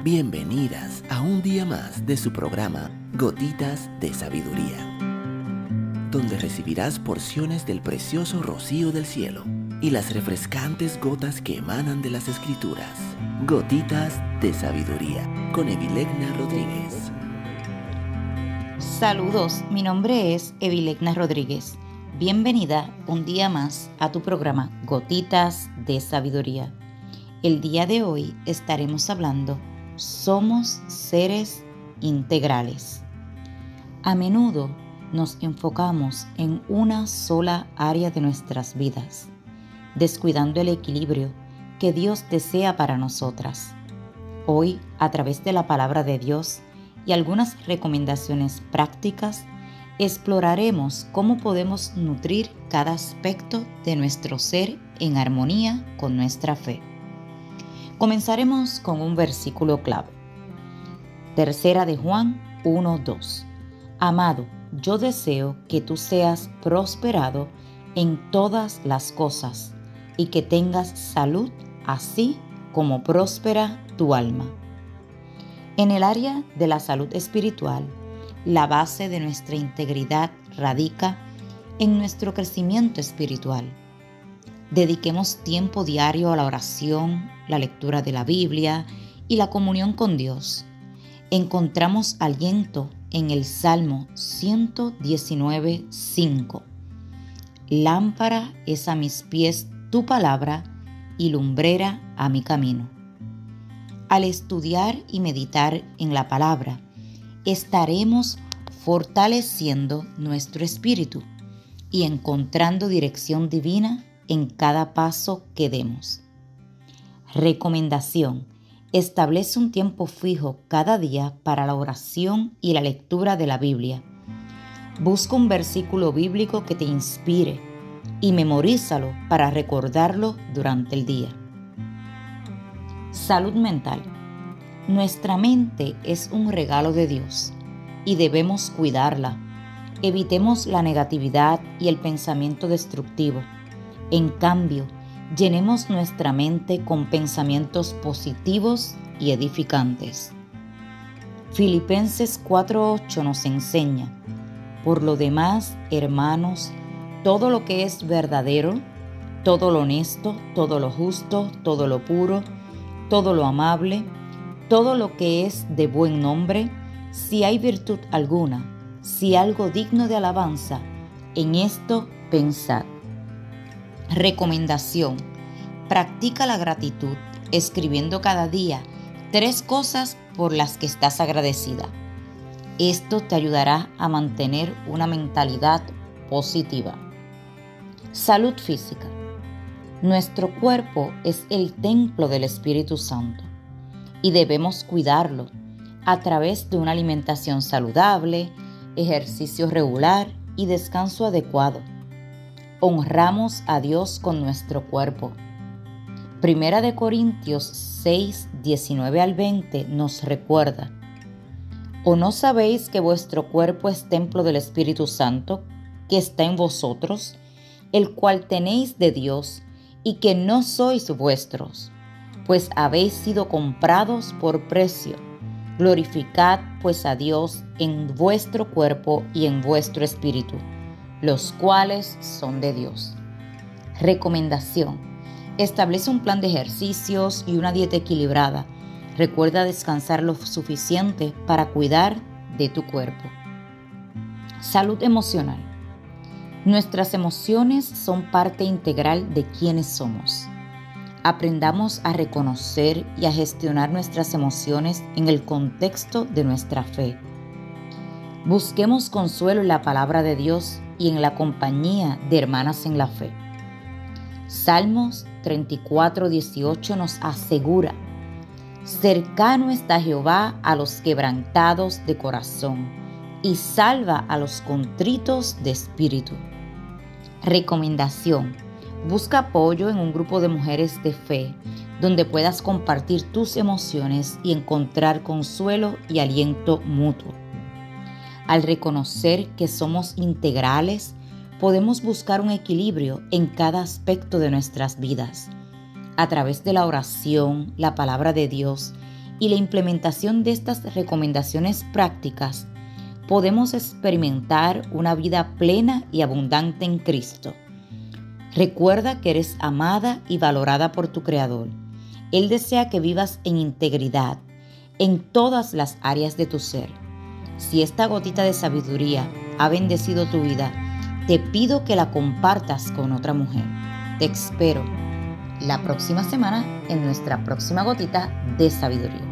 Bienvenidas a un día más de su programa Gotitas de Sabiduría, donde recibirás porciones del precioso rocío del cielo y las refrescantes gotas que emanan de las Escrituras. Gotitas de Sabiduría con Evilegna Rodríguez. Saludos, mi nombre es Evilegna Rodríguez. Bienvenida un día más a tu programa Gotitas de Sabiduría. El día de hoy estaremos hablando somos seres integrales. A menudo nos enfocamos en una sola área de nuestras vidas, descuidando el equilibrio que Dios desea para nosotras. Hoy, a través de la palabra de Dios y algunas recomendaciones prácticas, exploraremos cómo podemos nutrir cada aspecto de nuestro ser en armonía con nuestra fe. Comenzaremos con un versículo clave. Tercera de Juan 1:2. Amado, yo deseo que tú seas prosperado en todas las cosas y que tengas salud, así como próspera tu alma. En el área de la salud espiritual, la base de nuestra integridad radica en nuestro crecimiento espiritual. Dediquemos tiempo diario a la oración, la lectura de la Biblia y la comunión con Dios. Encontramos aliento en el Salmo 119:5. Lámpara es a mis pies tu palabra y lumbrera a mi camino. Al estudiar y meditar en la palabra, estaremos fortaleciendo nuestro espíritu y encontrando dirección divina en cada paso que demos. Recomendación: establece un tiempo fijo cada día para la oración y la lectura de la Biblia. Busca un versículo bíblico que te inspire y memorízalo para recordarlo durante el día. Salud mental. Nuestra mente es un regalo de Dios y debemos cuidarla. Evitemos la negatividad y el pensamiento destructivo. En cambio, llenemos nuestra mente con pensamientos positivos y edificantes. Filipenses 4:8 nos enseña: por lo demás, hermanos, todo lo que es verdadero, todo lo honesto, todo lo justo, todo lo puro, todo lo amable, todo lo que es de buen nombre, si hay virtud alguna, si algo digno de alabanza, en esto pensad. Recomendación: practica la gratitud, escribiendo cada día 3 cosas por las que estás agradecida. Esto te ayudará a mantener una mentalidad positiva. Salud física. Nuestro cuerpo es el templo del Espíritu Santo y debemos cuidarlo a través de una alimentación saludable, ejercicio regular y descanso adecuado. Honramos a Dios con nuestro cuerpo. Primera de Corintios 6:19-20 nos recuerda: ¿o no sabéis que vuestro cuerpo es templo del Espíritu Santo, que está en vosotros, el cual tenéis de Dios, y que no sois vuestros, pues habéis sido comprados por precio? Glorificad pues a Dios en vuestro cuerpo y en vuestro espíritu, los cuales son de Dios. Recomendación: establece un plan de ejercicios y una dieta equilibrada. Recuerda descansar lo suficiente para cuidar de tu cuerpo. Salud emocional. Nuestras emociones son parte integral de quienes somos. Aprendamos a reconocer y a gestionar nuestras emociones en el contexto de nuestra fe. Busquemos consuelo en la palabra de Dios y en la compañía de hermanas en la fe. Salmos 34:18 nos asegura: cercano está Jehová a los quebrantados de corazón y salva a los contritos de espíritu. Recomendación: busca apoyo en un grupo de mujeres de fe donde puedas compartir tus emociones y encontrar consuelo y aliento mutuo. Al reconocer que somos integrales, podemos buscar un equilibrio en cada aspecto de nuestras vidas. A través de la oración, la palabra de Dios y la implementación de estas recomendaciones prácticas, podemos experimentar una vida plena y abundante en Cristo. Recuerda que eres amada y valorada por tu Creador. Él desea que vivas en integridad en todas las áreas de tu ser. Si esta gotita de sabiduría ha bendecido tu vida, te pido que la compartas con otra mujer. Te espero la próxima semana en nuestra próxima gotita de sabiduría.